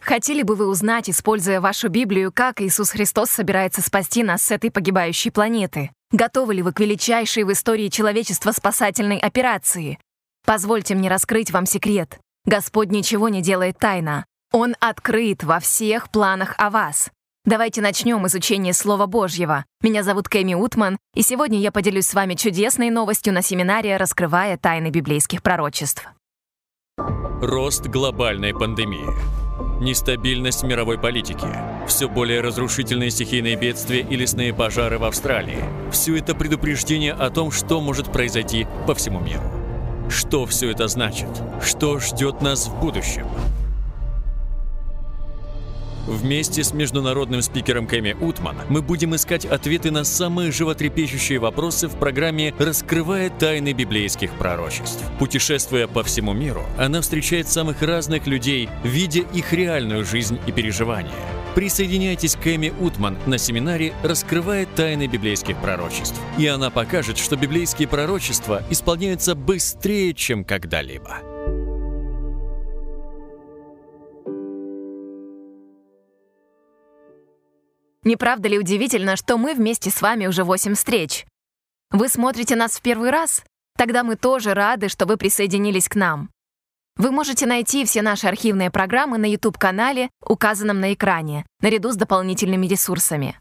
Хотели бы вы узнать, используя вашу Библию, как Иисус Христос собирается спасти нас с этой погибающей планеты? Готовы ли вы к величайшей в истории человечества спасательной операции? Позвольте мне раскрыть вам секрет. Господь ничего не делает тайно. Он открыт во всех планах о вас. Давайте начнем изучение Слова Божьего. Меня зовут Кэми Утман, и сегодня я поделюсь с вами чудесной новостью на семинаре «Раскрывая тайны библейских пророчеств». Рост глобальной пандемии. Нестабильность мировой политики, все более разрушительные стихийные бедствия и лесные пожары в Австралии. Все это предупреждение о том, что может произойти по всему миру. Что все это значит? Что ждет нас в будущем? Вместе с международным спикером Кэми Утман мы будем искать ответы на самые животрепещущие вопросы в программе «Раскрывая тайны библейских пророчеств». Путешествуя по всему миру, она встречает самых разных людей, видя их реальную жизнь и переживания. Присоединяйтесь к Кэми Утман на семинаре «Раскрывая тайны библейских пророчеств». И она покажет, что библейские пророчества исполняются быстрее, чем когда-либо. Не правда ли удивительно, что мы вместе с вами уже 8 встреч? Вы смотрите нас в первый раз? Тогда мы тоже рады, что вы присоединились к нам. Вы можете найти все наши архивные программы на YouTube-канале, указанном на экране, наряду с дополнительными ресурсами.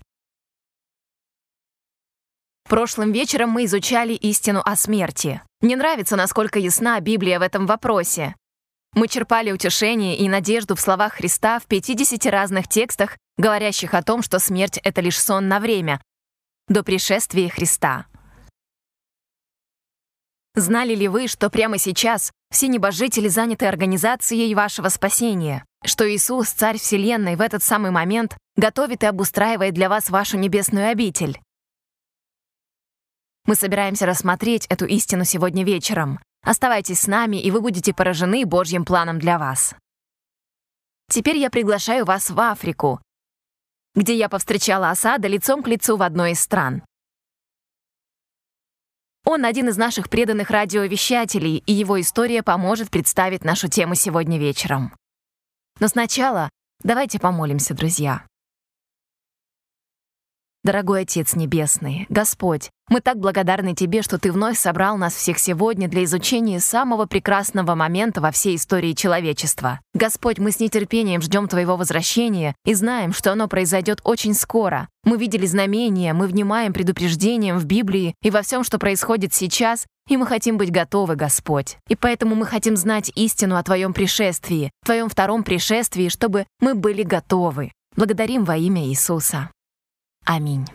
Прошлым вечером мы изучали истину о смерти. Мне нравится, насколько ясна Библия в этом вопросе. Мы черпали утешение и надежду в словах Христа в 50 разных текстах, говорящих о том, что смерть — это лишь сон на время, до пришествия Христа. Знали ли вы, что прямо сейчас все небожители заняты организацией вашего спасения, что Иисус, Царь Вселенной, в этот самый момент готовит и обустраивает для вас вашу небесную обитель? Мы собираемся рассмотреть эту истину сегодня вечером. Оставайтесь с нами, и вы будете поражены Божьим планом для вас. Теперь я приглашаю вас в Африку, где я повстречала Асада лицом к лицу в одной из стран. Он один из наших преданных радиовещателей, и его история поможет представить нашу тему сегодня вечером. Но сначала давайте помолимся, друзья. Дорогой Отец Небесный, Господь, мы так благодарны Тебе, что Ты вновь собрал нас всех сегодня для изучения самого прекрасного момента во всей истории человечества. Господь, мы с нетерпением ждем Твоего возвращения и знаем, что оно произойдет очень скоро. Мы видели знамения, мы внимаем предупреждениям в Библии и во всем, что происходит сейчас, и мы хотим быть готовы, Господь. И поэтому мы хотим знать истину о Твоем пришествии, Твоем втором пришествии, чтобы мы были готовы. Благодарим во имя Иисуса. Аминь.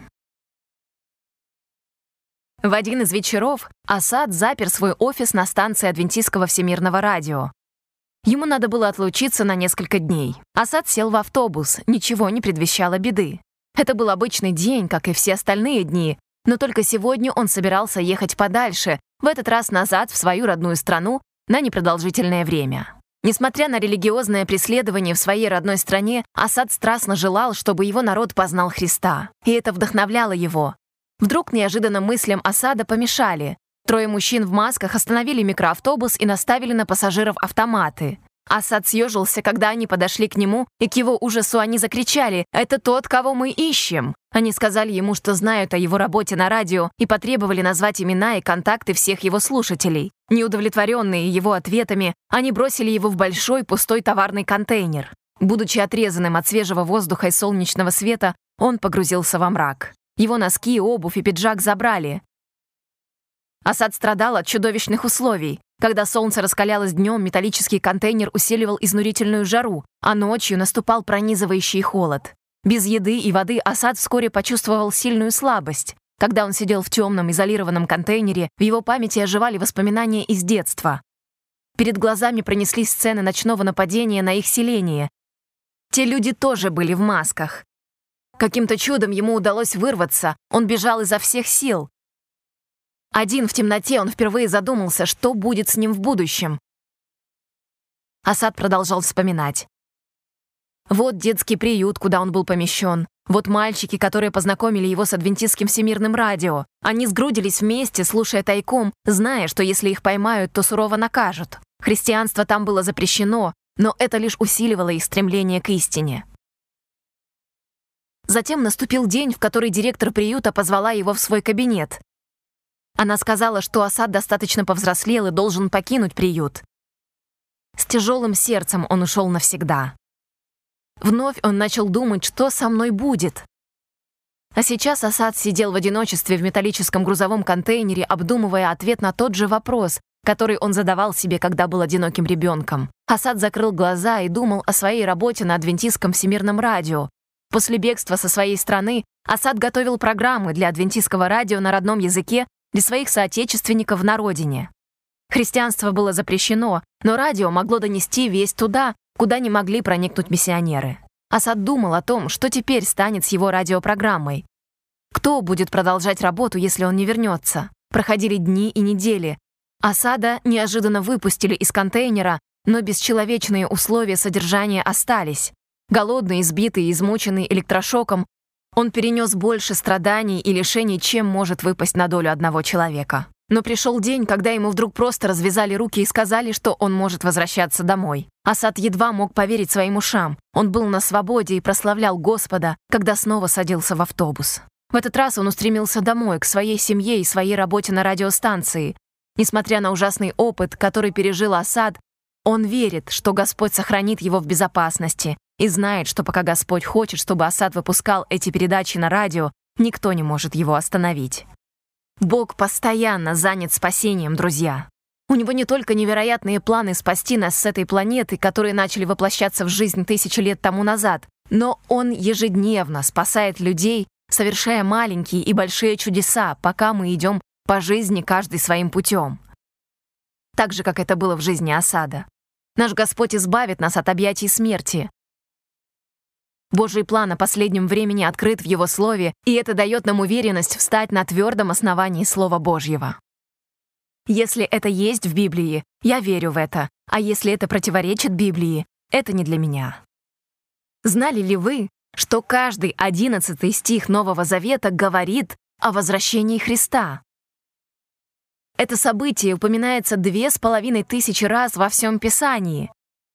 В один из вечеров Асад запер свой офис на станции Адвентистского всемирного радио. Ему надо было отлучиться на несколько дней. Асад сел в автобус, ничего не предвещало беды. Это был обычный день, как и все остальные дни, но только сегодня он собирался ехать подальше, в этот раз назад в свою родную страну на непродолжительное время. Несмотря на религиозное преследование в своей родной стране, Асад страстно желал, чтобы его народ познал Христа. И это вдохновляло его. Вдруг неожиданно мыслям Асада помешали. Трое мужчин в масках остановили микроавтобус и наставили на пассажиров автоматы. Асад съежился, когда они подошли к нему, и к его ужасу они закричали: «Это тот, кого мы ищем!» Они сказали ему, что знают о его работе на радио, и потребовали назвать имена и контакты всех его слушателей. Неудовлетворенные его ответами, они бросили его в большой пустой товарный контейнер. Будучи отрезанным от свежего воздуха и солнечного света, он погрузился во мрак. Его носки, обувь и пиджак забрали. Асад страдал от чудовищных условий. Когда солнце раскалялось днем, металлический контейнер усиливал изнурительную жару, а ночью наступал пронизывающий холод. Без еды и воды Асад вскоре почувствовал сильную слабость. Когда он сидел в темном, изолированном контейнере, в его памяти оживали воспоминания из детства. Перед глазами пронеслись сцены ночного нападения на их селение. Те люди тоже были в масках. Каким-то чудом ему удалось вырваться, он бежал изо всех сил. Один в темноте он впервые задумался, что будет с ним в будущем. Асад продолжал вспоминать. Вот детский приют, куда он был помещен. Вот мальчики, которые познакомили его с Адвентистским всемирным радио. Они сгрудились вместе, слушая тайком, зная, что если их поймают, то сурово накажут. Христианство там было запрещено, но это лишь усиливало их стремление к истине. Затем наступил день, в который директор приюта позвала его в свой кабинет. Она сказала, что Асад достаточно повзрослел и должен покинуть приют. С тяжелым сердцем он ушел навсегда. Вновь он начал думать, что со мной будет. А сейчас Асад сидел в одиночестве в металлическом грузовом контейнере, обдумывая ответ на тот же вопрос, который он задавал себе, когда был одиноким ребенком. Асад закрыл глаза и думал о своей работе на Адвентистском всемирном радио. После бегства со своей страны Асад готовил программы для Адвентистского радио на родном языке для своих соотечественников на родине. Христианство было запрещено, но радио могло донести весть туда, куда не могли проникнуть миссионеры. Асад думал о том, что теперь станет с его радиопрограммой. Кто будет продолжать работу, если он не вернется? Проходили дни и недели. Асада неожиданно выпустили из контейнера, но бесчеловечные условия содержания остались. Голодный, избитый, измученный электрошоком, он перенес больше страданий и лишений, чем может выпасть на долю одного человека. Но пришел день, когда ему вдруг просто развязали руки и сказали, что он может возвращаться домой. Асад едва мог поверить своим ушам. Он был на свободе и прославлял Господа, когда снова садился в автобус. В этот раз он устремился домой, к своей семье и своей работе на радиостанции. Несмотря на ужасный опыт, который пережил Асад, он верит, что Господь сохранит его в безопасности и знает, что пока Господь хочет, чтобы Асад выпускал эти передачи на радио, никто не может его остановить. Бог постоянно занят спасением, друзья. У него не только невероятные планы спасти нас с этой планеты, которые начали воплощаться в жизнь тысячи лет тому назад, но Он ежедневно спасает людей, совершая маленькие и большие чудеса, пока мы идем по жизни каждый своим путем. Так же, как это было в жизни Асада. Наш Господь избавит нас от объятий смерти. Божий план о последнем времени открыт в Его Слове, и это дает нам уверенность встать на твердом основании Слова Божьего. Если это есть в Библии, я верю в это, а если это противоречит Библии, это не для меня. Знали ли вы, что каждый 11 стих Нового Завета говорит о возвращении Христа? Это событие упоминается 2500 раз во всем Писании.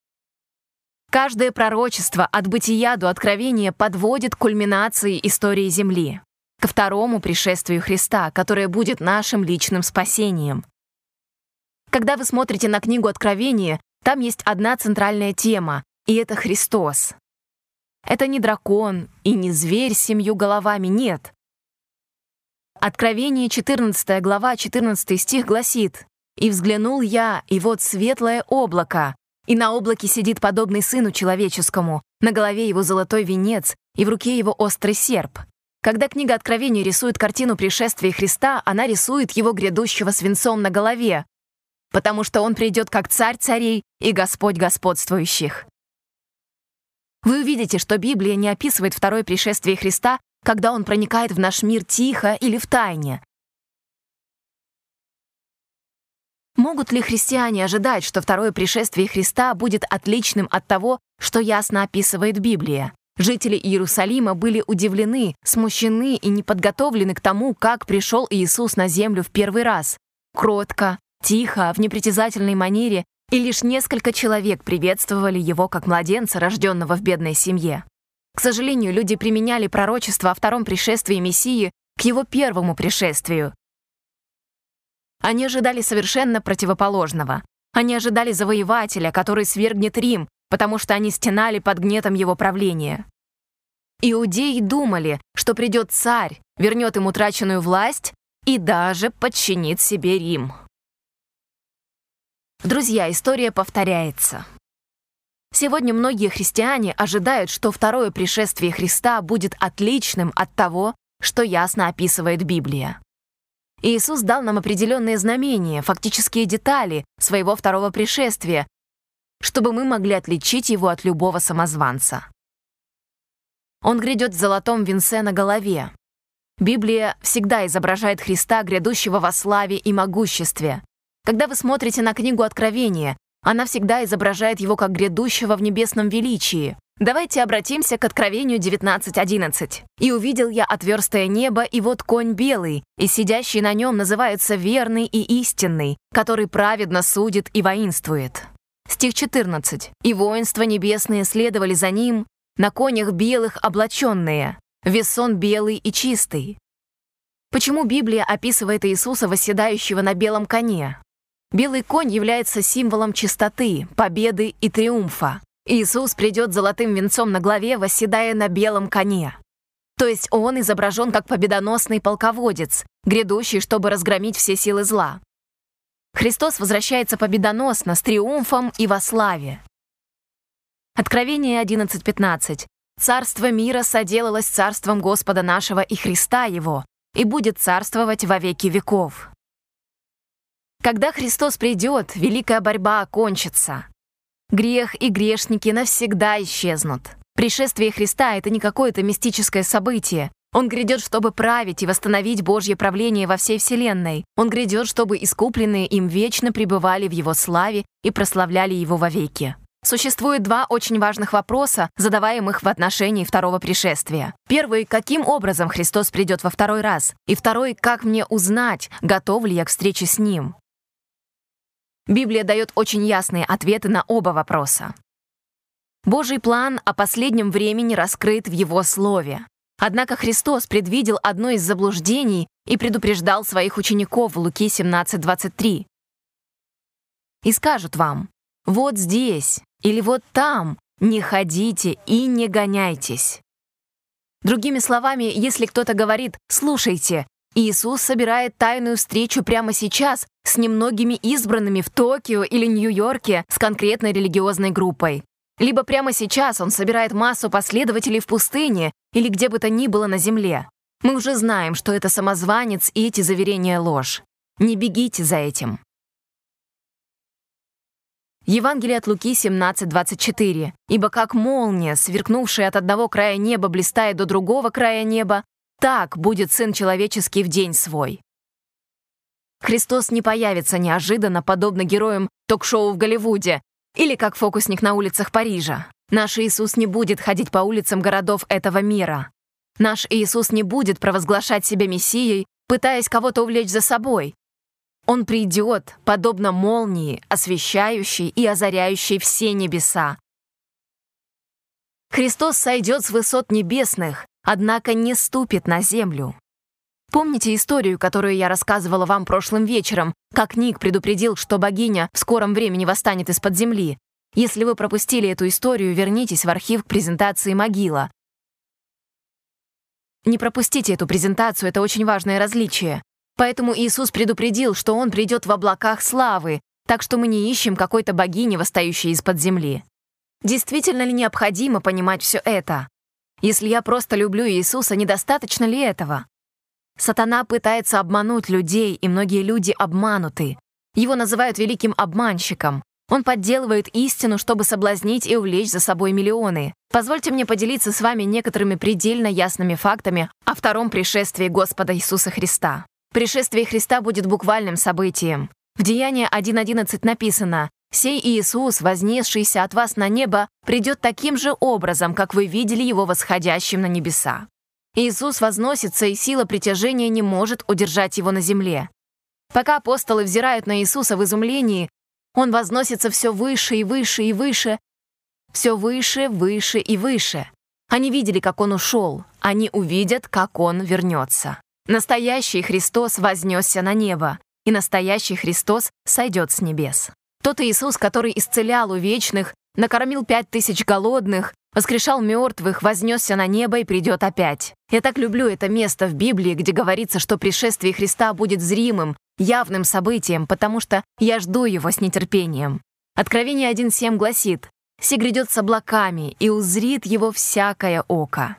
Каждое пророчество от Бытия до Откровения подводит к кульминации истории Земли, ко второму пришествию Христа, которое будет нашим личным спасением. Когда вы смотрите на книгу Откровения, там есть одна центральная тема, и это Христос. Это не дракон и не зверь с 7 головами, нет. Откровение 14 глава, 14 стих гласит: «И взглянул я, и вот светлое облако, и на облаке сидит подобный сыну человеческому, на голове его золотой венец, и в руке его острый серп». Когда книга Откровения рисует картину пришествия Христа, она рисует его грядущего с венцом на голове, потому что он придет как царь царей и Господь господствующих. Вы увидите, что Библия не описывает второе пришествие Христа, когда он проникает в наш мир тихо или в тайне. Могут ли христиане ожидать, что второе пришествие Христа будет отличным от того, что ясно описывает Библия? Жители Иерусалима были удивлены, смущены и не подготовлены к тому, как пришел Иисус на землю в первый раз. Кротко, тихо, в непритязательной манере, и лишь несколько человек приветствовали его как младенца, рожденного в бедной семье. К сожалению, люди применяли пророчество о втором пришествии Мессии к его первому пришествию. Они ожидали совершенно противоположного. Они ожидали завоевателя, который свергнет Рим, потому что они стенали под гнетом его правления. Иудеи думали, что придет царь, вернет им утраченную власть и даже подчинит себе Рим. Друзья, история повторяется. Сегодня многие христиане ожидают, что второе пришествие Христа будет отличным от того, что ясно описывает Библия. Иисус дал нам определенные знамения, фактические детали своего второго пришествия, чтобы мы могли отличить его от любого самозванца. Он грядет в золотом венце на голове. Библия всегда изображает Христа, грядущего во славе и могуществе. Когда вы смотрите на книгу Откровения, она всегда изображает его как грядущего в небесном величии. Давайте обратимся к Откровению 19:11. «И увидел я отверстое небо, и вот конь белый, и сидящий на нем называется верный и истинный, который праведно судит и воинствует». Стих 14. «И воинства небесные следовали за ним, на конях белых облаченные, весон белый и чистый». Почему Библия описывает Иисуса, восседающего на белом коне? Белый конь является символом чистоты, победы и триумфа. Иисус придет с золотым венцом на голове, восседая на белом коне. То есть он изображен как победоносный полководец, грядущий, чтобы разгромить все силы зла. Христос возвращается победоносно, с триумфом и во славе. Откровение 11:15. «Царство мира соделалось царством Господа нашего и Христа Его, и будет царствовать во веки веков». Когда Христос придет, великая борьба окончится. Грех и грешники навсегда исчезнут. Пришествие Христа — это не какое-то мистическое событие. Он грядет, чтобы править и восстановить Божье правление во всей вселенной. Он грядет, чтобы искупленные им вечно пребывали в Его славе и прославляли Его вовеки. Существует два очень важных вопроса, задаваемых в отношении второго пришествия. Первый — каким образом Христос придет во второй раз? И второй — как мне узнать, готов ли я к встрече с Ним? Библия дает очень ясные ответы на оба вопроса. Божий план о последнем времени раскрыт в Его Слове. Однако Христос предвидел одно из заблуждений и предупреждал своих учеников в Луки 17:23. «И скажут вам: вот здесь или вот там не ходите и не гоняйтесь». Другими словами, если кто-то говорит: «Слушайте, Иисус собирает тайную встречу прямо сейчас с немногими избранными в Токио или Нью-Йорке с конкретной религиозной группой», либо прямо сейчас Он собирает массу последователей в пустыне или где бы то ни было на земле. Мы уже знаем, что это самозванец, и эти заверения — ложь. Не бегите за этим. Евангелие от Луки 17:24. «Ибо как молния, сверкнувшая от одного края неба, блистает до другого края неба, так будет Сын Человеческий в день свой». Христос не появится неожиданно, подобно героям ток-шоу в Голливуде, или как фокусник на улицах Парижа. Наш Иисус не будет ходить по улицам городов этого мира. Наш Иисус не будет провозглашать себя Мессией, пытаясь кого-то увлечь за собой. Он придет, подобно молнии, освещающей и озаряющей все небеса. Христос сойдет с высот небесных, однако не ступит на землю. Помните историю, которую я рассказывала вам прошлым вечером, как Ник предупредил, что богиня в скором времени восстанет из-под земли? Если вы пропустили эту историю, вернитесь в архив к презентации «Могила». Не пропустите эту презентацию, это очень важное различие. Поэтому Иисус предупредил, что Он придет в облаках славы, так что мы не ищем какой-то богини, восстающей из-под земли. Действительно ли необходимо понимать все это? Если я просто люблю Иисуса, недостаточно ли этого? Сатана пытается обмануть людей, и многие люди обмануты. Его называют великим обманщиком. Он подделывает истину, чтобы соблазнить и увлечь за собой миллионы. Позвольте мне поделиться с вами некоторыми предельно ясными фактами о втором пришествии Господа Иисуса Христа. Пришествие Христа будет буквальным событием. В Деянии 1:11 написано: «Сей Иисус, вознесшийся от вас на небо, придет таким же образом, как вы видели Его восходящим на небеса». Иисус возносится, и сила притяжения не может удержать Его на земле. Пока апостолы взирают на Иисуса в изумлении, Он возносится все выше и выше и выше, все выше, выше и выше. Они видели, как Он ушел, они увидят, как Он вернется. Настоящий Христос вознесся на небо, и настоящий Христос сойдет с небес. Тот Иисус, который исцелял увечных, накормил 5000 голодных, воскрешал мертвых, вознесся на небо и придет опять. Я так люблю это место в Библии, где говорится, что пришествие Христа будет зримым, явным событием, потому что я жду его с нетерпением. Откровение 1:7 гласит: «Се грядет с облаками, и узрит его всякое око».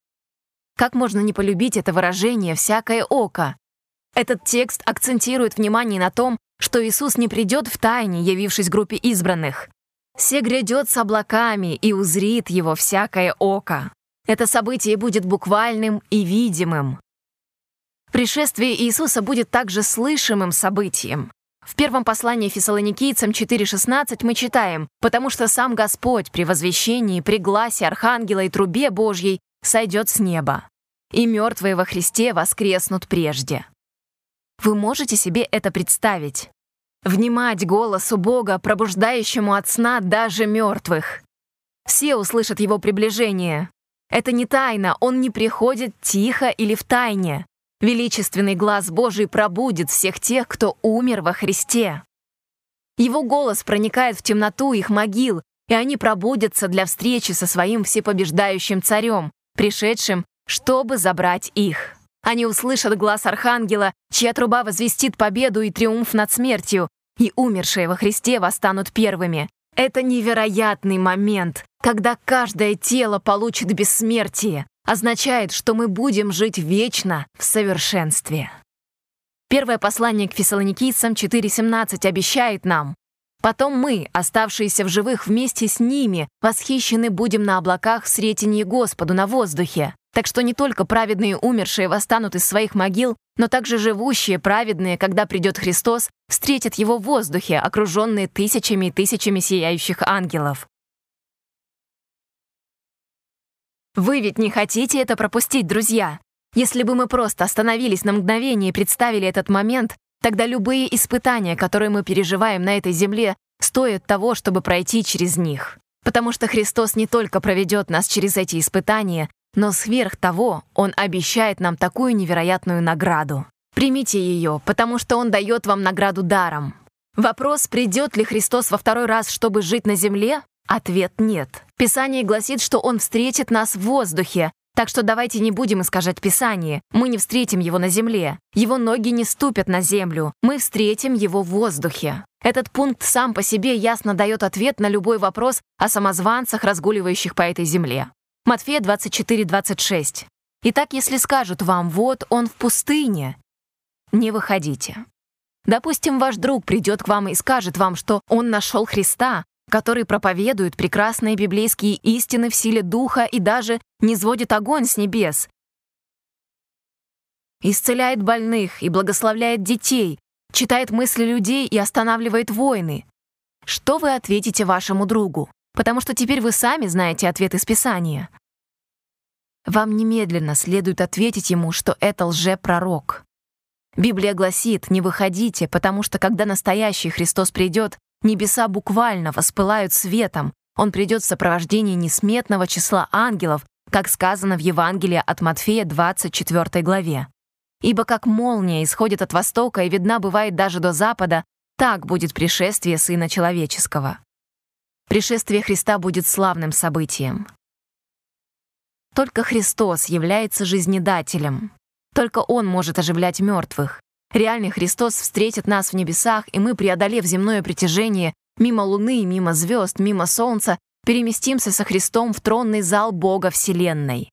Как можно не полюбить это выражение «всякое око»? Этот текст акцентирует внимание на том, что Иисус не придет в тайне, явившись группе избранных. «Се грядет с облаками, и узрит его всякое око». Это событие будет буквальным и видимым. Пришествие Иисуса будет также слышимым событием. В первом послании Фессалоникийцам 4:16 мы читаем: «Потому что сам Господь при возвещении, при гласе архангела и трубе Божьей сойдет с неба, и мертвые во Христе воскреснут прежде». Вы можете себе это представить? внимать голосу Бога, пробуждающему от сна даже мертвых. Все услышат Его приближение. Это не тайна, Он не приходит тихо или втайне. Величественный глаз Божий пробудит всех тех, кто умер во Христе. Его голос проникает в темноту их могил, и они пробудятся для встречи со своим всепобеждающим царем, пришедшим, чтобы забрать их. Они услышат глас Архангела, чья труба возвестит победу и триумф над смертью, и умершие во Христе восстанут первыми. Это невероятный момент, когда каждое тело получит бессмертие, означает, что мы будем жить вечно в совершенстве. Первое послание к Фессалоникийцам 4:17 обещает нам: «Потом мы, оставшиеся в живых вместе с ними, восхищены будем на облаках в сретении Господу на воздухе». Так что не только праведные умершие восстанут из своих могил, но также живущие праведные, когда придет Христос, встретят Его в воздухе, окруженные тысячами и тысячами сияющих ангелов. Вы ведь не хотите это пропустить, друзья? Если бы мы просто остановились на мгновение и представили этот момент, тогда любые испытания, которые мы переживаем на этой земле, стоят того, чтобы пройти через них. Потому что Христос не только проведет нас через эти испытания, но сверх того Он обещает нам такую невероятную награду. Примите ее, потому что Он дает вам награду даром. Вопрос, придет ли Христос во второй раз, чтобы жить на земле? Ответ — нет. Писание гласит, что Он встретит нас в воздухе, так что давайте не будем искажать Писание. Мы не встретим Его на земле. Его ноги не ступят на землю. Мы встретим Его в воздухе. Этот пункт сам по себе ясно дает ответ на любой вопрос о самозванцах, разгуливающих по этой земле. Матфея 24:26. «Итак, если скажут вам: вот он в пустыне, не выходите». Допустим, ваш друг придет к вам и скажет вам, что он нашел Христа, который проповедует прекрасные библейские истины в силе Духа и даже низводит огонь с небес, исцеляет больных и благословляет детей, читает мысли людей и останавливает войны. Что вы ответите вашему другу? Потому что теперь вы сами знаете ответ из Писания. Вам немедленно следует ответить ему, что это лжепророк. Библия гласит: «Не выходите, потому что, когда настоящий Христос придет, небеса буквально воспылают светом. Он придет в сопровождении несметного числа ангелов, как сказано в Евангелии от Матфея 24 главе. Ибо как молния исходит от востока и видна бывает даже до запада, так будет пришествие Сына Человеческого». Пришествие Христа будет славным событием. Только Христос является жизнедателем. Только Он может оживлять мертвых. Реальный Христос встретит нас в небесах, и мы, преодолев земное притяжение, мимо Луны, мимо звезд, мимо Солнца, переместимся со Христом в тронный зал Бога Вселенной.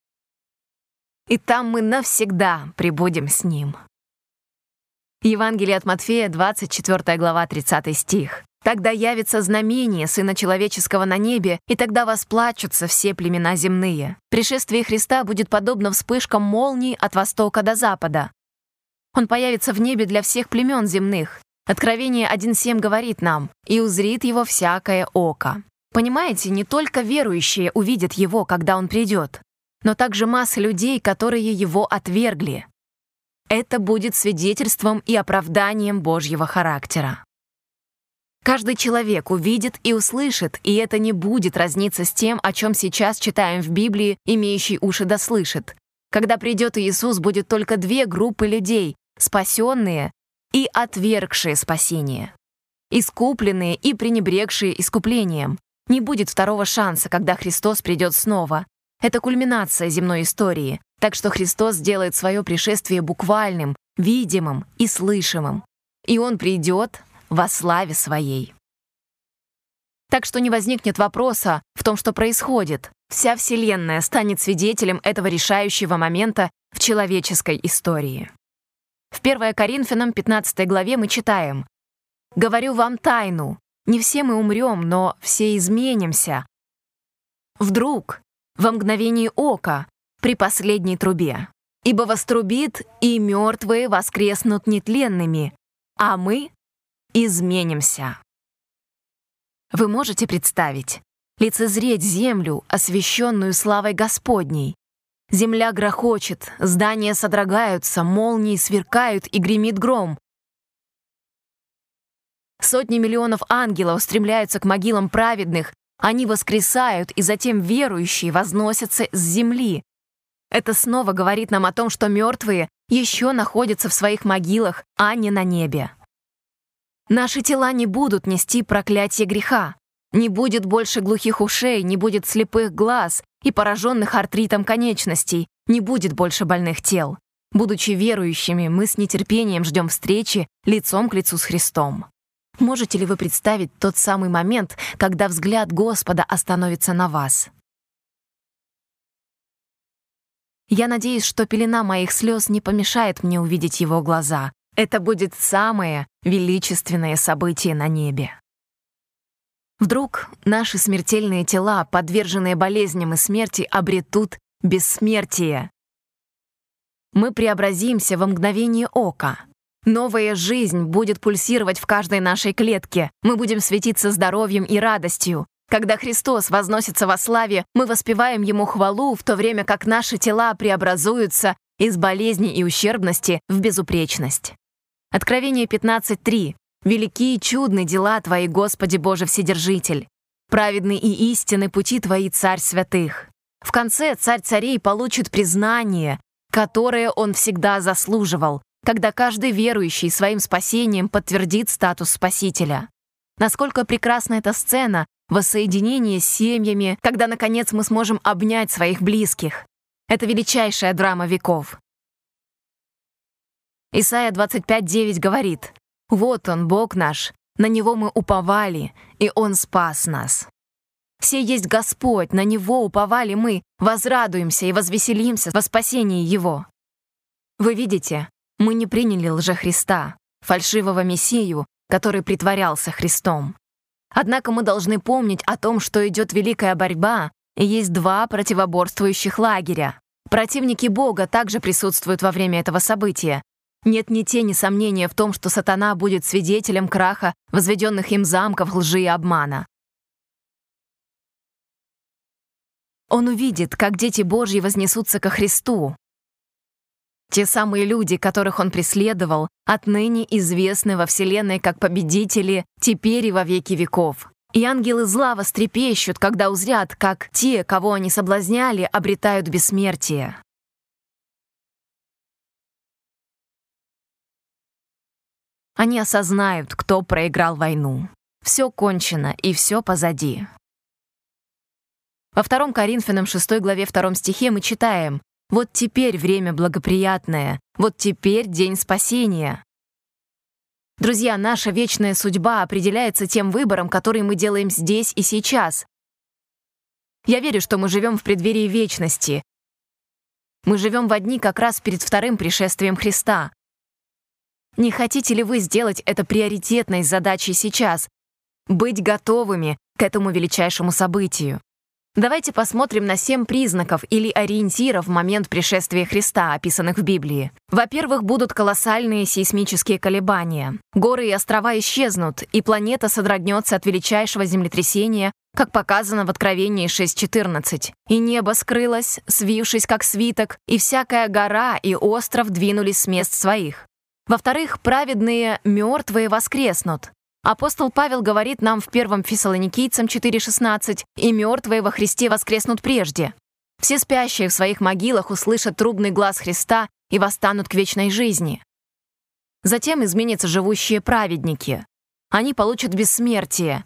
И там мы навсегда пребудем с Ним. Евангелие от Матфея, 24 глава, 30 стих. «Тогда явится знамение Сына Человеческого на небе, и тогда восплачутся все племена земные. Пришествие Христа будет подобно вспышкам молний от востока до запада. Он появится в небе для всех племен земных. Откровение 1:7 говорит нам: «И узрит его всякое око». Понимаете, не только верующие увидят его, когда он придет, но также масса людей, которые его отвергли. Это будет свидетельством и оправданием Божьего характера. Каждый человек увидит и услышит, и это не будет разниться с тем, о чем сейчас читаем в Библии, имеющий уши да слышит. Когда придет Иисус, будет только две группы людей: спасенные и отвергшие спасение, искупленные и пренебрегшие искуплением. Не будет второго шанса, когда Христос придет снова. Это кульминация земной истории, так что Христос сделает свое пришествие буквальным, видимым и слышимым. И Он придет во славе Своей. Так что не возникнет вопроса в том, что происходит. Вся Вселенная станет свидетелем этого решающего момента в человеческой истории. В 1 Коринфянам 15 главе мы читаем: «Говорю вам тайну, не все мы умрем, но все изменимся. Вдруг, во мгновение ока, при последней трубе. Ибо вострубит, и мертвые воскреснут нетленными, а мы изменимся». Вы можете представить, лицезреть землю, освященную славой Господней? Земля грохочет, здания содрогаются, молнии сверкают и гремит гром. Сотни миллионов ангелов устремляются к могилам праведных, они воскресают, и затем верующие возносятся с земли. Это снова говорит нам о том, что мертвые еще находятся в своих могилах, а не на небе. Наши тела не будут нести проклятие греха. Не будет больше глухих ушей, не будет слепых глаз и пораженных артритом конечностей, не будет больше больных тел. Будучи верующими, мы с нетерпением ждем встречи лицом к лицу с Христом. Можете ли вы представить тот самый момент, когда взгляд Господа остановится на вас? Я надеюсь, что пелена моих слез не помешает мне увидеть Его глаза. Это будет самое величественное событие на небе. Вдруг наши смертельные тела, подверженные болезням и смерти, обретут бессмертие. Мы преобразимся во мгновение ока. Новая жизнь будет пульсировать в каждой нашей клетке. Мы будем светиться здоровьем и радостью. Когда Христос возносится во славе, мы воспеваем Ему хвалу, в то время как наши тела преобразуются из болезни и ущербности в безупречность. Откровение 15:3. «Велики и чудны дела Твои, Господи Боже Вседержитель! Праведны и истинны пути Твои, Царь святых!» В конце Царь царей получит признание, которое он всегда заслуживал, когда каждый верующий своим спасением подтвердит статус Спасителя. Насколько прекрасна эта сцена воссоединения с семьями, когда, наконец, мы сможем обнять своих близких. Это величайшая драма веков. Исайя 25:9 говорит: «Вот Он, Бог наш, на Него мы уповали, и Он спас нас». Все есть Господь, на Него уповали мы, возрадуемся и возвеселимся во спасении Его. Вы видите, мы не приняли лжехриста, фальшивого мессию, который притворялся Христом. Однако мы должны помнить о том, что идет великая борьба, и есть два противоборствующих лагеря. Противники Бога также присутствуют во время этого события. Нет ни тени сомнения в том, что сатана будет свидетелем краха возведенных им замков лжи и обмана. Он увидит, как дети Божьи вознесутся ко Христу. Те самые люди, которых он преследовал, отныне известны во Вселенной как победители, теперь и во веки веков. И ангелы зла вострепещут, когда узрят, как те, кого они соблазняли, обретают бессмертие. Они осознают, кто проиграл войну. Все кончено, и все позади. Во 2 Коринфянам 6 главе 2 стихе мы читаем: «Вот теперь время благоприятное, вот теперь день спасения». Друзья, наша вечная судьба определяется тем выбором, который мы делаем здесь и сейчас. Я верю, что мы живем в преддверии вечности. Мы живем во дни как раз перед вторым пришествием Христа. Не хотите ли вы сделать это приоритетной задачей сейчас? Быть готовыми к этому величайшему событию. Давайте посмотрим на 7 признаков или ориентиров в момент пришествия Христа, описанных в Библии. Во-первых, будут колоссальные сейсмические колебания. Горы и острова исчезнут, и планета содрогнется от величайшего землетрясения, как показано в Откровении 6:14. «И небо скрылось, свившись как свиток, и всякая гора и остров двинулись с мест своих». Во-вторых, праведные мертвые воскреснут. Апостол Павел говорит нам в 1 Фессалоникийцам 4:16: «И мертвые во Христе воскреснут прежде». Все спящие в своих могилах услышат трубный глас Христа и восстанут к вечной жизни. Затем изменятся живущие праведники. Они получат бессмертие.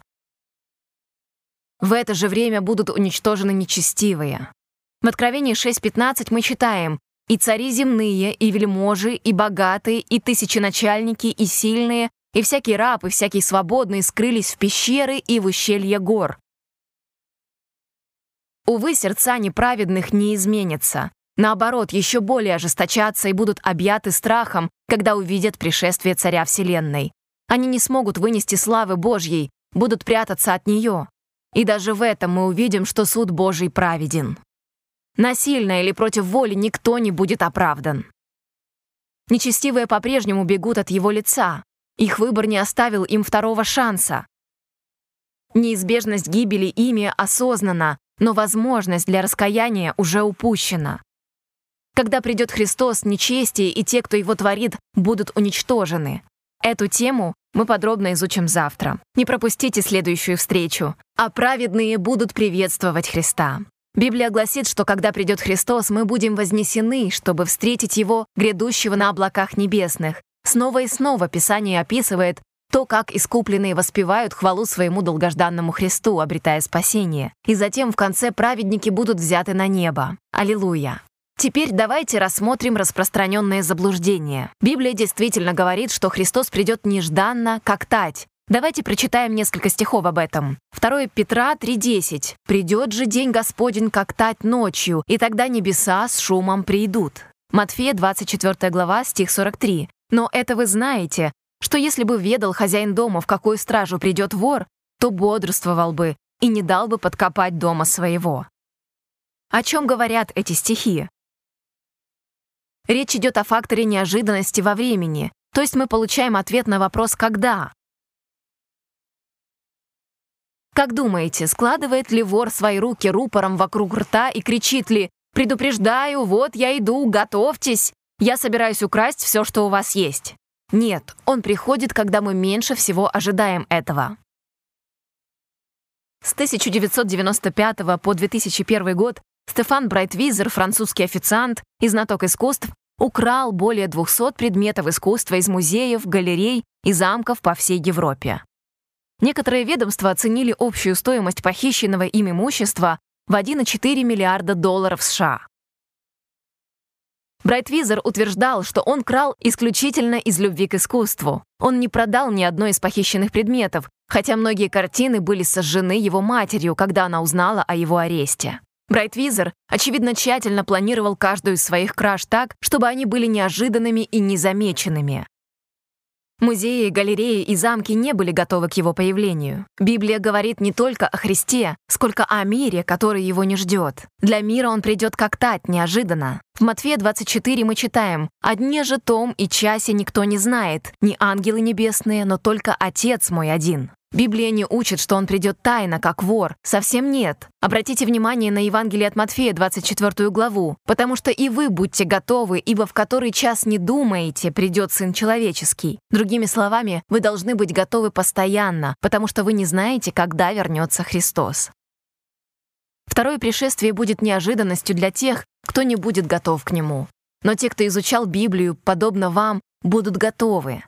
В это же время будут уничтожены нечестивые. В Откровении 6:15 мы читаем: «И цари земные, и вельможи, и богатые, и тысяченачальники, и сильные, и всякий раб, и всякий свободный скрылись в пещеры и в ущелье гор». Увы, сердца неправедных не изменятся. Наоборот, еще более ожесточатся и будут объяты страхом, когда увидят пришествие Царя Вселенной. Они не смогут вынести славы Божьей, будут прятаться от нее. И даже в этом мы увидим, что суд Божий праведен. Насильно или против воли никто не будет оправдан. Нечестивые по-прежнему бегут от его лица. Их выбор не оставил им второго шанса. Неизбежность гибели ими осознана, но возможность для раскаяния уже упущена. Когда придет Христос, нечестие и те, кто его творит, будут уничтожены. Эту тему мы подробно изучим завтра. Не пропустите следующую встречу. А праведные будут приветствовать Христа. Библия гласит, что когда придет Христос, мы будем вознесены, чтобы встретить Его, грядущего на облаках небесных. Снова и снова Писание описывает то, как искупленные воспевают хвалу своему долгожданному Христу, обретая спасение. И затем в конце праведники будут взяты на небо. Аллилуйя! Теперь давайте рассмотрим распространенные заблуждения. Библия действительно говорит, что Христос придет нежданно, как тать. Давайте прочитаем несколько стихов об этом. 2 Петра 3:10. «Придет же день Господень, как тать ночью, и тогда небеса с шумом придут». Матфея 24 глава, стих 43. «Но это вы знаете, что если бы ведал хозяин дома, в какую стражу придет вор, то бодрствовал бы и не дал бы подкопать дома своего». О чем говорят эти стихи? Речь идет о факторе неожиданности во времени, то есть мы получаем ответ на вопрос «когда?». Как думаете, складывает ли вор свои руки рупором вокруг рта и кричит ли «Предупреждаю, вот я иду, готовьтесь, я собираюсь украсть все, что у вас есть»? Нет, он приходит, когда мы меньше всего ожидаем этого. С 1995 по 2001 год Стефан Брайтвизер, французский официант и знаток искусств, украл более 200 предметов искусства из музеев, галерей и замков по всей Европе. Некоторые ведомства оценили общую стоимость похищенного им имущества в 1,4 миллиарда долларов США. Брайтвизер утверждал, что он крал исключительно из любви к искусству. Он не продал ни одной из похищенных предметов, хотя многие картины были сожжены его матерью, когда она узнала о его аресте. Брайтвизер, очевидно, тщательно планировал каждую из своих краж так, чтобы они были неожиданными и незамеченными. Музеи, галереи и замки не были готовы к его появлению. Библия говорит не только о Христе, сколько о мире, который его не ждет. Для мира он придет как тать, неожиданно. В Матфея 24 мы читаем: «О дне же том и часе никто не знает, ни ангелы небесные, но только Отец мой один». Библия не учит, что он придет тайно, как вор. Совсем нет. Обратите внимание на Евангелие от Матфея, 24 главу. «Потому что и вы будьте готовы, ибо в который час не думаете, придет Сын Человеческий». Другими словами, вы должны быть готовы постоянно, потому что вы не знаете, когда вернется Христос. Второе пришествие будет неожиданностью для тех, кто не будет готов к нему. Но те, кто изучал Библию, подобно вам, будут готовы.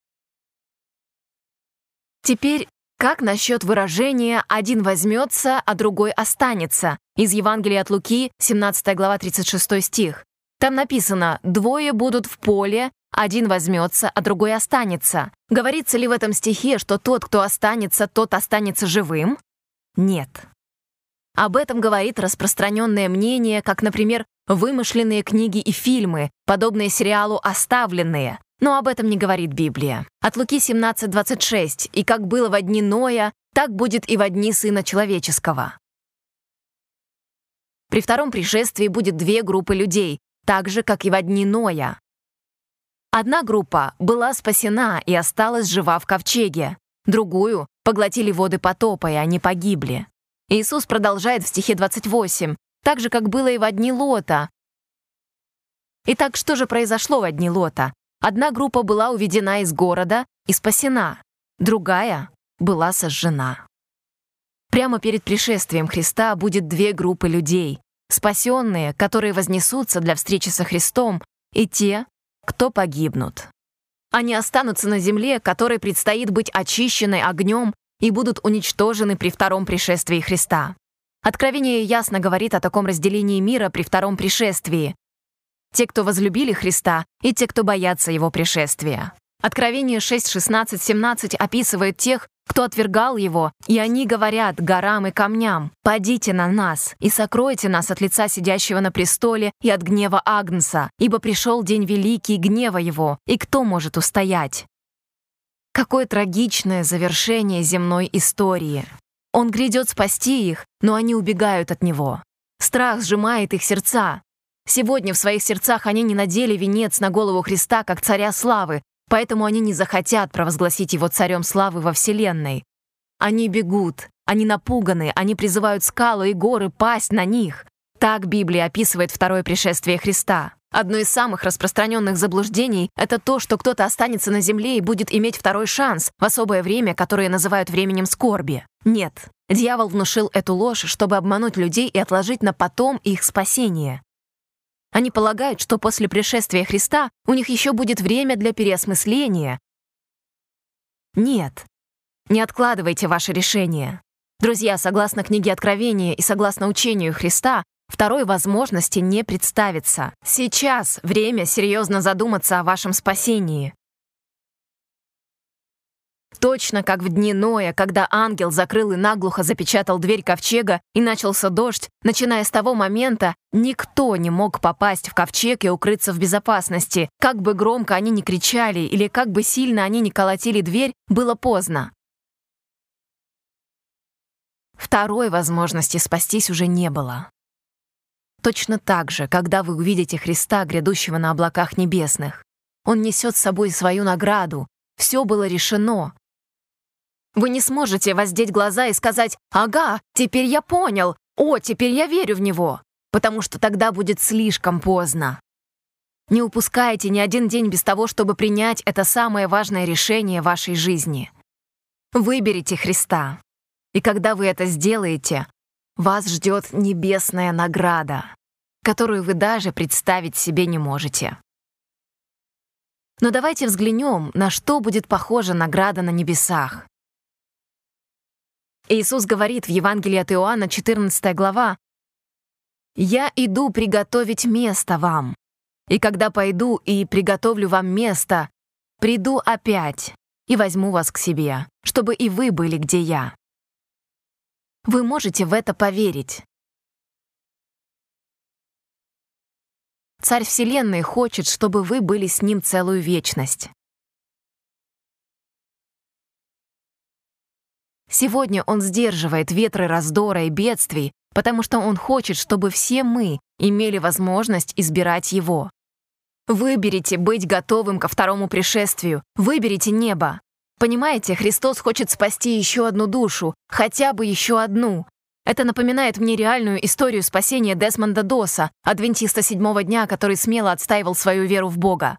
Теперь, как насчет выражения «один возьмется, а другой останется» из Евангелия от Луки, 17 глава, 36 стих? Там написано «двое будут в поле, один возьмется, а другой останется». Говорится ли в этом стихе, что тот, кто останется, тот останется живым? Нет. Об этом говорит распространенное мнение, как, например, вымышленные книги и фильмы, подобные сериалу «Оставленные». Но об этом не говорит Библия. От Луки 17:26. «И как было во дни Ноя, так будет и во дни Сына Человеческого». При втором пришествии будет две группы людей, так же, как и во дни Ноя. Одна группа была спасена и осталась жива в ковчеге. Другую поглотили воды потопа, и они погибли. Иисус продолжает в стихе 28. «Так же, как было и во дни Лота». Итак, что же произошло во дни Лота? Одна группа была уведена из города и спасена, другая была сожжена. Прямо перед пришествием Христа будет две группы людей: спасенные, которые вознесутся для встречи со Христом, и те, кто погибнут. Они останутся на земле, которой предстоит быть очищенной огнем, и будут уничтожены при втором пришествии Христа. Откровение ясно говорит о таком разделении мира при втором пришествии. Те, кто возлюбили Христа, и те, кто боятся Его пришествия. Откровение 6, 16, 17 описывает тех, кто отвергал Его, и они говорят горам и камням: «Падите на нас и сокройте нас от лица сидящего на престоле и от гнева Агнца, ибо пришел день великий гнева Его, и кто может устоять?» Какое трагичное завершение земной истории. Он грядет спасти их, но они убегают от Него. Страх сжимает их сердца. Сегодня в своих сердцах они не надели венец на голову Христа как царя славы, поэтому они не захотят провозгласить Его царем славы во вселенной. Они бегут, они напуганы, они призывают скалы и горы пасть на них. Так Библия описывает второе пришествие Христа. Одно из самых распространенных заблуждений — это то, что кто-то останется на земле и будет иметь второй шанс в особое время, которое называют временем скорби. Нет, дьявол внушил эту ложь, чтобы обмануть людей и отложить на потом их спасение. Они полагают, что после пришествия Христа у них еще будет время для переосмысления. Нет, не откладывайте ваше решение. Друзья, согласно книге Откровения и согласно учению Христа, второй возможности не представится. Сейчас время серьезно задуматься о вашем спасении. Точно как в дни Ноя, когда ангел закрыл и наглухо запечатал дверь ковчега и начался дождь, начиная с того момента, никто не мог попасть в ковчег и укрыться в безопасности. Как бы громко они ни кричали или как бы сильно они ни колотили дверь, было поздно. Второй возможности спастись уже не было. Точно так же, когда вы увидите Христа, грядущего на облаках небесных. Он несет с собой свою награду. Все было решено. Вы не сможете воздеть глаза и сказать: «Ага, теперь я понял! О, теперь я верю в Него!» Потому что тогда будет слишком поздно. Не упускайте ни один день без того, чтобы принять это самое важное решение вашей жизни. Выберите Христа. И когда вы это сделаете, вас ждет небесная награда, которую вы даже представить себе не можете. Но давайте взглянем, на что будет похожа награда на небесах. Иисус говорит в Евангелии от Иоанна, 14 глава: «Я иду приготовить место вам, и когда пойду и приготовлю вам место, приду опять и возьму вас к себе, чтобы и вы были, где я». Вы можете в это поверить. Царь Вселенной хочет, чтобы вы были с Ним целую вечность. Сегодня Он сдерживает ветры раздора и бедствий, потому что Он хочет, чтобы все мы имели возможность избирать Его. Выберите быть готовым ко второму пришествию, выберите небо. Понимаете, Христос хочет спасти еще одну душу, хотя бы еще одну. Это напоминает мне реальную историю спасения Десмонда Доса, адвентиста седьмого дня, который смело отстаивал свою веру в Бога.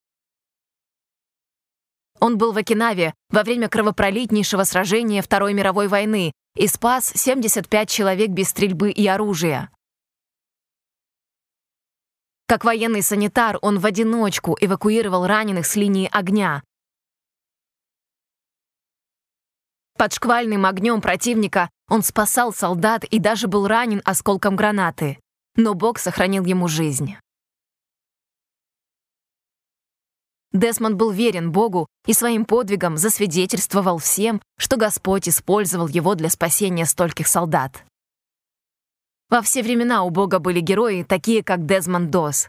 Он был в Окинаве во время кровопролитнейшего сражения Второй мировой войны и спас 75 человек без стрельбы и оружия. Как военный санитар он в одиночку эвакуировал раненых с линии огня. Под шквальным огнем противника он спасал солдат и даже был ранен осколком гранаты. Но Бог сохранил ему жизнь. Десмонд был верен Богу и своим подвигом засвидетельствовал всем, что Господь использовал его для спасения стольких солдат. Во все времена у Бога были герои, такие как Десмонд Дос.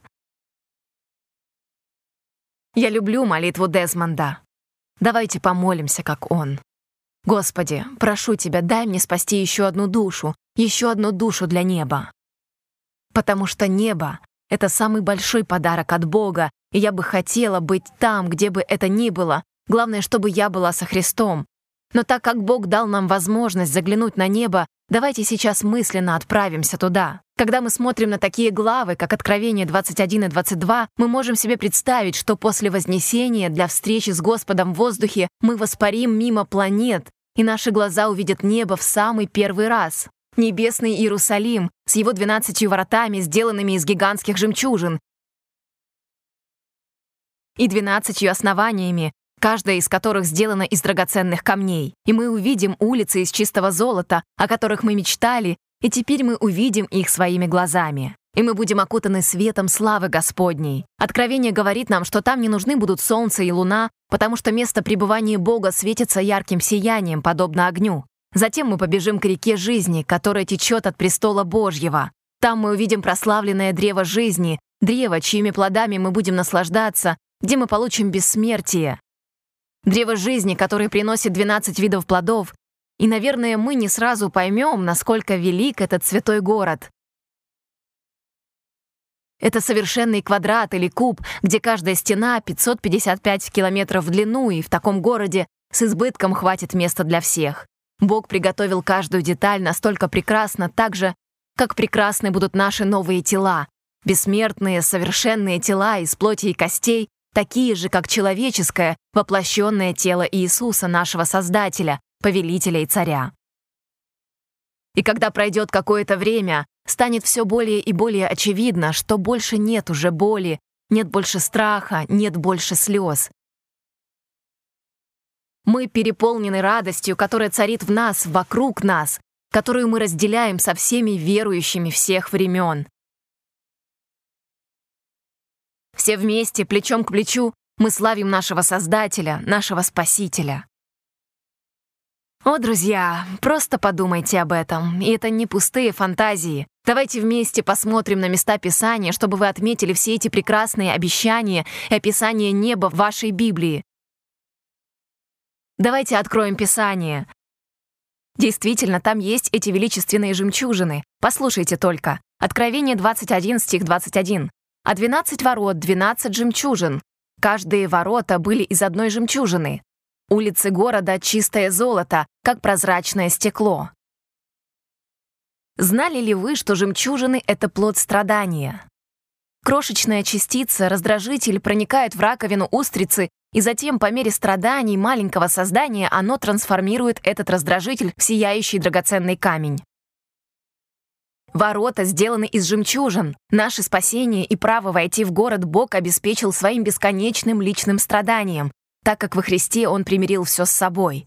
Я люблю молитву Десмонда. Давайте помолимся, как он. Господи, прошу Тебя, дай мне спасти еще одну душу для неба. Потому что небо — это самый большой подарок от Бога, и я бы хотела быть там, где бы это ни было. Главное, чтобы я была со Христом. Но так как Бог дал нам возможность заглянуть на небо, давайте сейчас мысленно отправимся туда. Когда мы смотрим на такие главы, как Откровение 21 и 22, мы можем себе представить, что после Вознесения для встречи с Господом в воздухе мы воспарим мимо планет, и наши глаза увидят небо в самый первый раз. Небесный Иерусалим с его 12 воротами, сделанными из гигантских жемчужин, и 12 основаниями, каждая из которых сделана из драгоценных камней. И мы увидим улицы из чистого золота, о которых мы мечтали, и теперь мы увидим их своими глазами. И мы будем окутаны светом славы Господней. Откровение говорит нам, что там не нужны будут солнце и луна, потому что место пребывания Бога светится ярким сиянием, подобно огню. Затем мы побежим к реке жизни, которая течет от престола Божьего. Там мы увидим прославленное древо жизни, древо, чьими плодами мы будем наслаждаться, где мы получим бессмертие. Древо жизни, которое приносит 12 видов плодов, и, наверное, мы не сразу поймем, насколько велик этот святой город. Это совершенный квадрат или куб, где каждая стена 555 километров в длину, и в таком городе с избытком хватит места для всех. Бог приготовил каждую деталь настолько прекрасно, так же, как прекрасны будут наши новые тела, бессмертные, совершенные тела из плоти и костей, такие же, как человеческое, воплощенное тело Иисуса, нашего Создателя, Повелителя и Царя. И когда пройдет какое-то время, станет все более и более очевидно, что больше нет уже боли, нет больше страха, нет больше слез. Мы переполнены радостью, которая царит в нас, вокруг нас, которую мы разделяем со всеми верующими всех времен. Все вместе, плечом к плечу, мы славим нашего Создателя, нашего Спасителя. О, друзья, просто подумайте об этом, и это не пустые фантазии. Давайте вместе посмотрим на места Писания, чтобы вы отметили все эти прекрасные обещания и описания неба в вашей Библии. Давайте откроем Писание. Действительно, там есть эти величественные жемчужины. Послушайте только. Откровение 21, стих 21. «А 12 ворот, 12 жемчужин. Каждые ворота были из одной жемчужины. Улицы города — чистое золото, как прозрачное стекло». Знали ли вы, что жемчужины — это плод страдания? Крошечная частица, раздражитель, проникает в раковину устрицы, и затем, по мере страданий маленького создания, оно трансформирует этот раздражитель в сияющий драгоценный камень. Ворота сделаны из жемчужин. Наше спасение и право войти в город Бог обеспечил своим бесконечным личным страданием, так как во Христе Он примирил все с собой.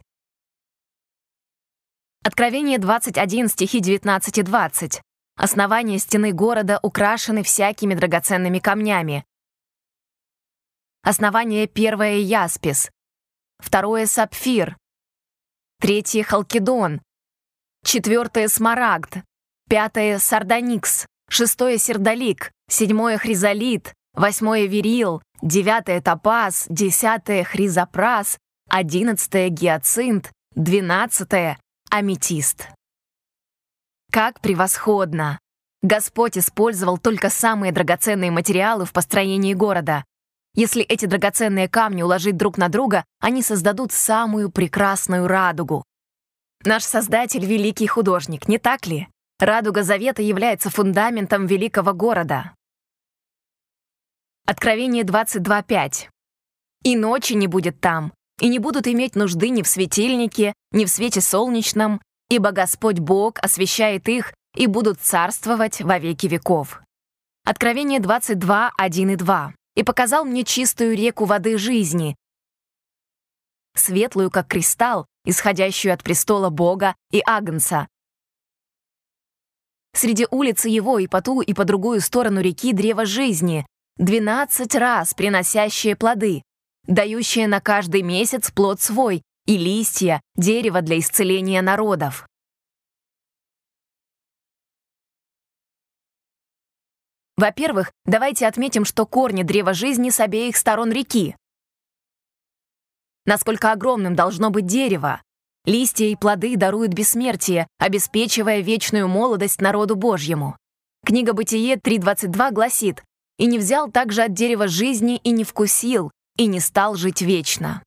Откровение 21, стихи 19 и 20. Основания стены города украшены всякими драгоценными камнями. Основание первое — яспис, второе — сапфир, третье — халкидон, четвертое — смарагд, пятое — сардоникс, шестое — сердолик, седьмое — хризолит, восьмое — верил, девятое — топаз, десятое — хризопрас, одиннадцатое — гиацинт, двенадцатое — аметист. Как превосходно! Господь использовал только самые драгоценные материалы в построении города. Если эти драгоценные камни уложить друг на друга, они создадут самую прекрасную радугу. Наш Создатель — великий художник, не так ли? Радуга Завета является фундаментом великого города. Откровение 22:5. «И ночи не будет там, и не будут иметь нужды ни в светильнике, ни в свете солнечном, ибо Господь Бог освещает их, и будут царствовать во веки веков». Откровение 22:1 и 2. «И показал мне чистую реку воды жизни, светлую, как кристалл, исходящую от престола Бога и Агнца. Среди улицы его и по ту, и по другую сторону реки древо жизни, 12 раз приносящее плоды, дающее на каждый месяц плод свой, и листья, дерево для исцеления народов». Во-первых, давайте отметим, что корни древа жизни с обеих сторон реки. Насколько огромным должно быть дерево? Листья и плоды даруют бессмертие, обеспечивая вечную молодость народу Божьему. Книга Бытие 3:22 гласит: «И не взял также от дерева жизни, и не вкусил, и не стал жить вечно».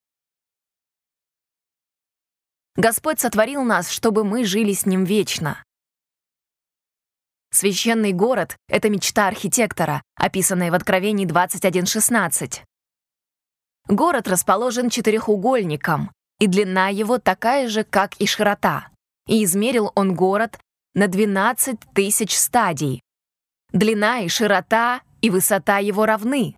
Господь сотворил нас, чтобы мы жили с Ним вечно. Священный город — это мечта архитектора, описанная в Откровении 21:16. Город расположен четырехугольником, и длина его такая же, как и широта. И измерил он город на 12 тысяч стадий. Длина и широта, и высота его равны.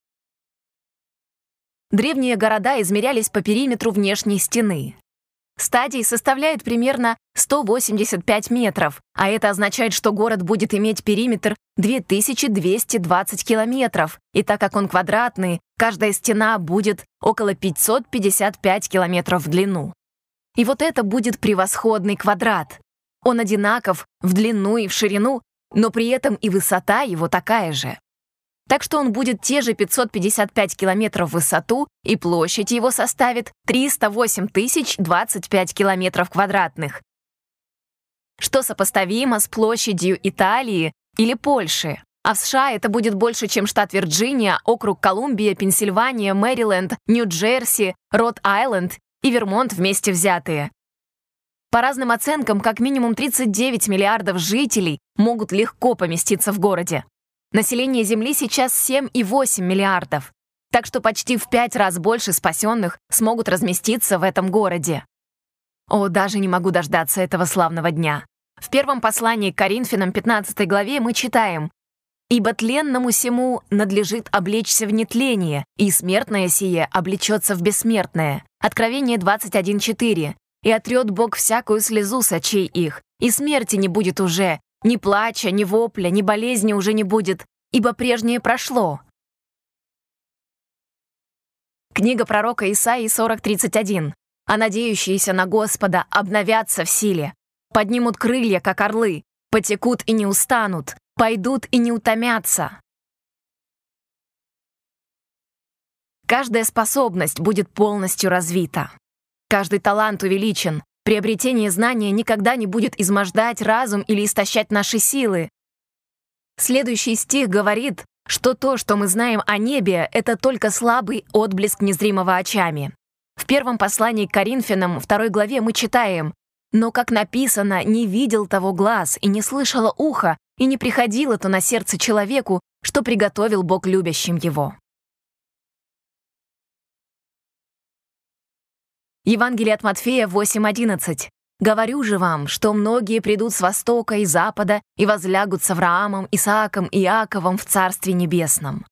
Древние города измерялись по периметру внешней стены. Стадий составляет примерно 185 метров, а это означает, что город будет иметь периметр 2220 километров, и так как он квадратный, каждая стена будет около 555 километров в длину. И вот это будет превосходный квадрат. Он одинаков в длину и в ширину, но при этом и высота его такая же. Так что он будет те же 555 километров в высоту, и площадь его составит 308 025 километров квадратных, что сопоставимо с площадью Италии или Польши. А в США это будет больше, чем штат Вирджиния, округ Колумбия, Пенсильвания, Мэриленд, Нью-Джерси, Род-Айленд и Вермонт вместе взятые. По разным оценкам, как минимум 39 миллиардов жителей могут легко поместиться в городе. Население Земли сейчас 7,8 миллиардов, так что почти в 5 раз больше спасенных смогут разместиться в этом городе. О, даже не могу дождаться этого славного дня. В первом послании к Коринфянам 15 главе мы читаем: «Ибо тленному сему надлежит облечься в нетление, и смертное сие облечется в бессмертное». Откровение 21:4. «И отрет Бог всякую слезу с очей их, и смерти не будет уже, ни плача, ни вопля, ни болезни уже не будет, ибо прежнее прошло». Книга пророка Исаии 40:31. «А надеющиеся на Господа обновятся в силе, поднимут крылья, как орлы, потекут и не устанут, пойдут и не утомятся». Каждая способность будет полностью развита. Каждый талант увеличен. Приобретение знания никогда не будет измождать разум или истощать наши силы. Следующий стих говорит, что то, что мы знаем о небе, это только слабый отблеск незримого очами. В первом послании к Коринфянам, 2 главе, мы читаем: «Но, как написано, не видел того глаз, и не слышало ухо, и не приходило то на сердце человеку, что приготовил Бог любящим его». Евангелие от Матфея 8:11. «Говорю же вам, что многие придут с востока и запада и возлягут с Авраамом, Исааком и Иаковом в Царстве Небесном».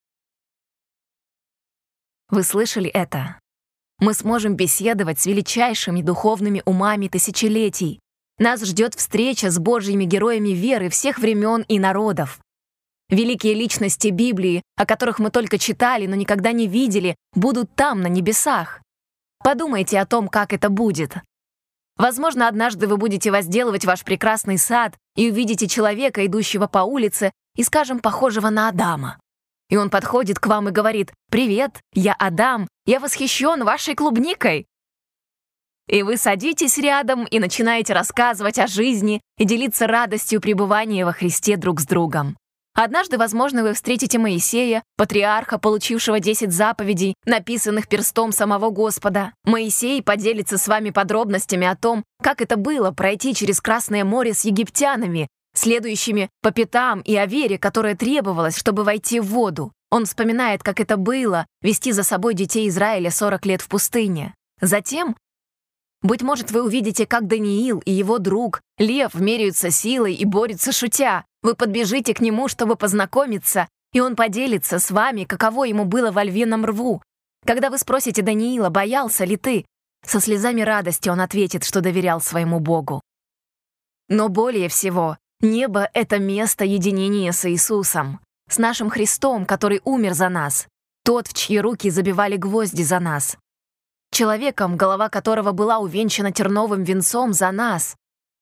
Вы слышали это? Мы сможем беседовать с величайшими духовными умами тысячелетий. Нас ждет встреча с Божьими героями веры всех времен и народов. Великие личности Библии, о которых мы только читали, но никогда не видели, будут там, на небесах. Подумайте о том, как это будет. Возможно, однажды вы будете возделывать ваш прекрасный сад и увидите человека, идущего по улице, и, скажем, похожего на Адама. И он подходит к вам и говорит: «Привет, я Адам, я восхищен вашей клубникой». И вы садитесь рядом и начинаете рассказывать о жизни и делиться радостью пребывания во Христе друг с другом. Однажды, возможно, вы встретите Моисея, патриарха, получившего 10 заповедей, написанных перстом самого Господа. Моисей поделится с вами подробностями о том, как это было пройти через Красное море с египтянами, следующими по пятам, и о вере, которая требовалась, чтобы войти в воду. Он вспоминает, как это было вести за собой детей Израиля 40 лет в пустыне. Затем, быть может, вы увидите, как Даниил и его друг Лев меряются силой и борются шутя. Вы подбежите к нему, чтобы познакомиться, и он поделится с вами, каково ему было во львином рву. Когда вы спросите Даниила, боялся ли ты, со слезами радости он ответит, что доверял своему Богу. Но более всего, небо — это место единения с Иисусом, с нашим Христом, который умер за нас, тот, в чьи руки забивали гвозди за нас, человеком, голова которого была увенчана терновым венцом за нас,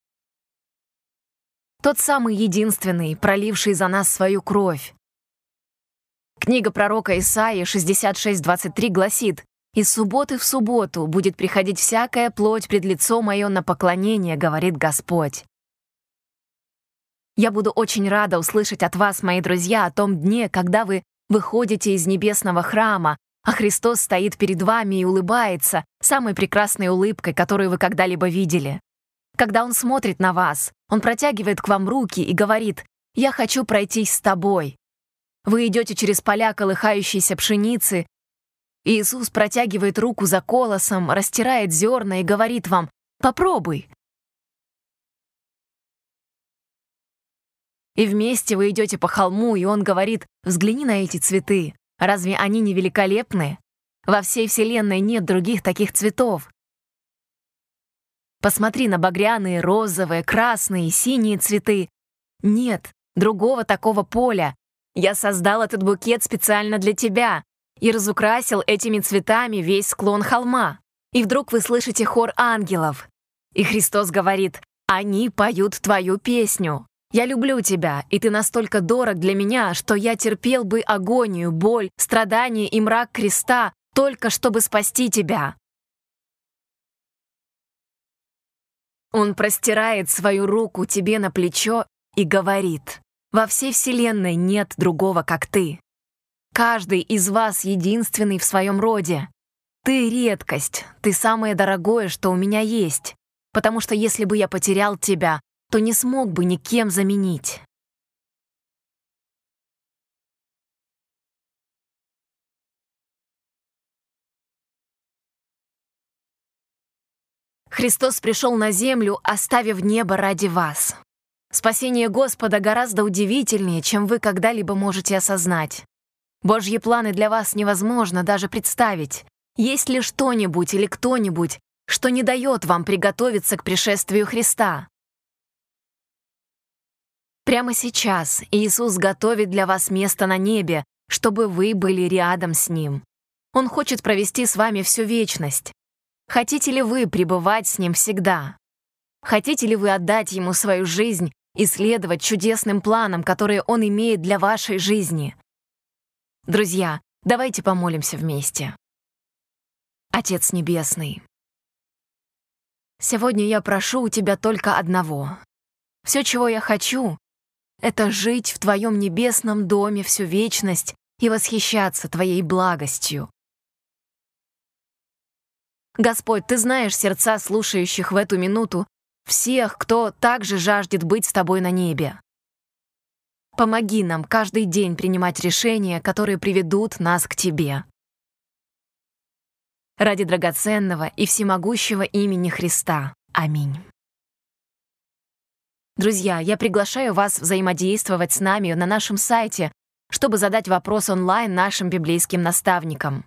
тот самый единственный, проливший за нас свою кровь. Книга пророка Исаии 66:23 гласит: «Из субботы в субботу будет приходить всякая плоть пред лицо мое на поклонение, говорит Господь». Я буду очень рада услышать от вас, мои друзья, о том дне, когда вы выходите из небесного храма, а Христос стоит перед вами и улыбается самой прекрасной улыбкой, которую вы когда-либо видели. Когда Он смотрит на вас, Он протягивает к вам руки и говорит: «Я хочу пройтись с тобой». Вы идете через поля колыхающейся пшеницы, и Иисус протягивает руку за колосом, растирает зерна и говорит вам: «Попробуй». И вместе вы идете по холму, и Он говорит: «Взгляни на эти цветы. Разве они не великолепны? Во всей вселенной нет других таких цветов. Посмотри на багряные, розовые, красные, синие цветы. Нет другого такого поля. Я создал этот букет специально для тебя и разукрасил этими цветами весь склон холма». И вдруг вы слышите хор ангелов. И Христос говорит: «Они поют твою песню. Я люблю тебя, и ты настолько дорог для меня, что я терпел бы агонию, боль, страдания и мрак креста, только чтобы спасти тебя». Он простирает свою руку тебе на плечо и говорит: «Во всей вселенной нет другого, как ты. Каждый из вас единственный в своем роде. Ты редкость, ты самое дорогое, что у меня есть. потому что если бы я потерял тебя, то не смог бы никем заменить. Христос пришел на землю, оставив небо ради вас. Спасение Господа гораздо удивительнее, чем вы когда-либо можете осознать. Божьи планы для вас невозможно даже представить. Есть ли что-нибудь или кто-нибудь, что не дает вам приготовиться к пришествию Христа? Прямо сейчас Иисус готовит для вас место на небе, чтобы вы были рядом с Ним. Он хочет провести с вами всю вечность. Хотите ли вы пребывать с Ним всегда? Хотите ли вы отдать Ему свою жизнь и следовать чудесным планам, которые Он имеет для вашей жизни? Друзья, давайте помолимся вместе. Отец Небесный, сегодня я прошу у Тебя только одного. Все, чего я хочу, это жить в Твоем небесном доме всю вечность и восхищаться Твоей благостью. Господь, Ты знаешь сердца слушающих в эту минуту всех, кто также жаждет быть с Тобой на небе. Помоги нам каждый день принимать решения, которые приведут нас к Тебе. Ради драгоценного и всемогущего имени Христа. Аминь. Друзья, я приглашаю вас взаимодействовать с нами на нашем сайте, чтобы задать вопрос онлайн нашим библейским наставникам.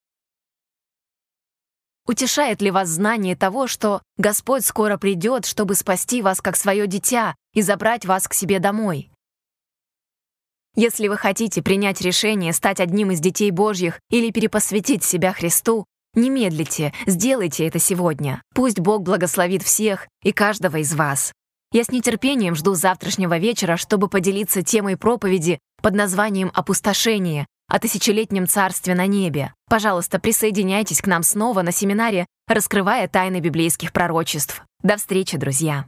Утешает ли вас знание того, что Господь скоро придет, чтобы спасти вас как свое дитя и забрать вас к себе домой? Если вы хотите принять решение стать одним из детей Божьих или перепосвятить себя Христу, не медлите, сделайте это сегодня. Пусть Бог благословит всех и каждого из вас. Я с нетерпением жду завтрашнего вечера, чтобы поделиться темой проповеди под названием «Опустошение» о тысячелетнем царстве на небе. Пожалуйста, присоединяйтесь к нам снова на семинаре «Раскрывая тайны библейских пророчеств». До встречи, друзья!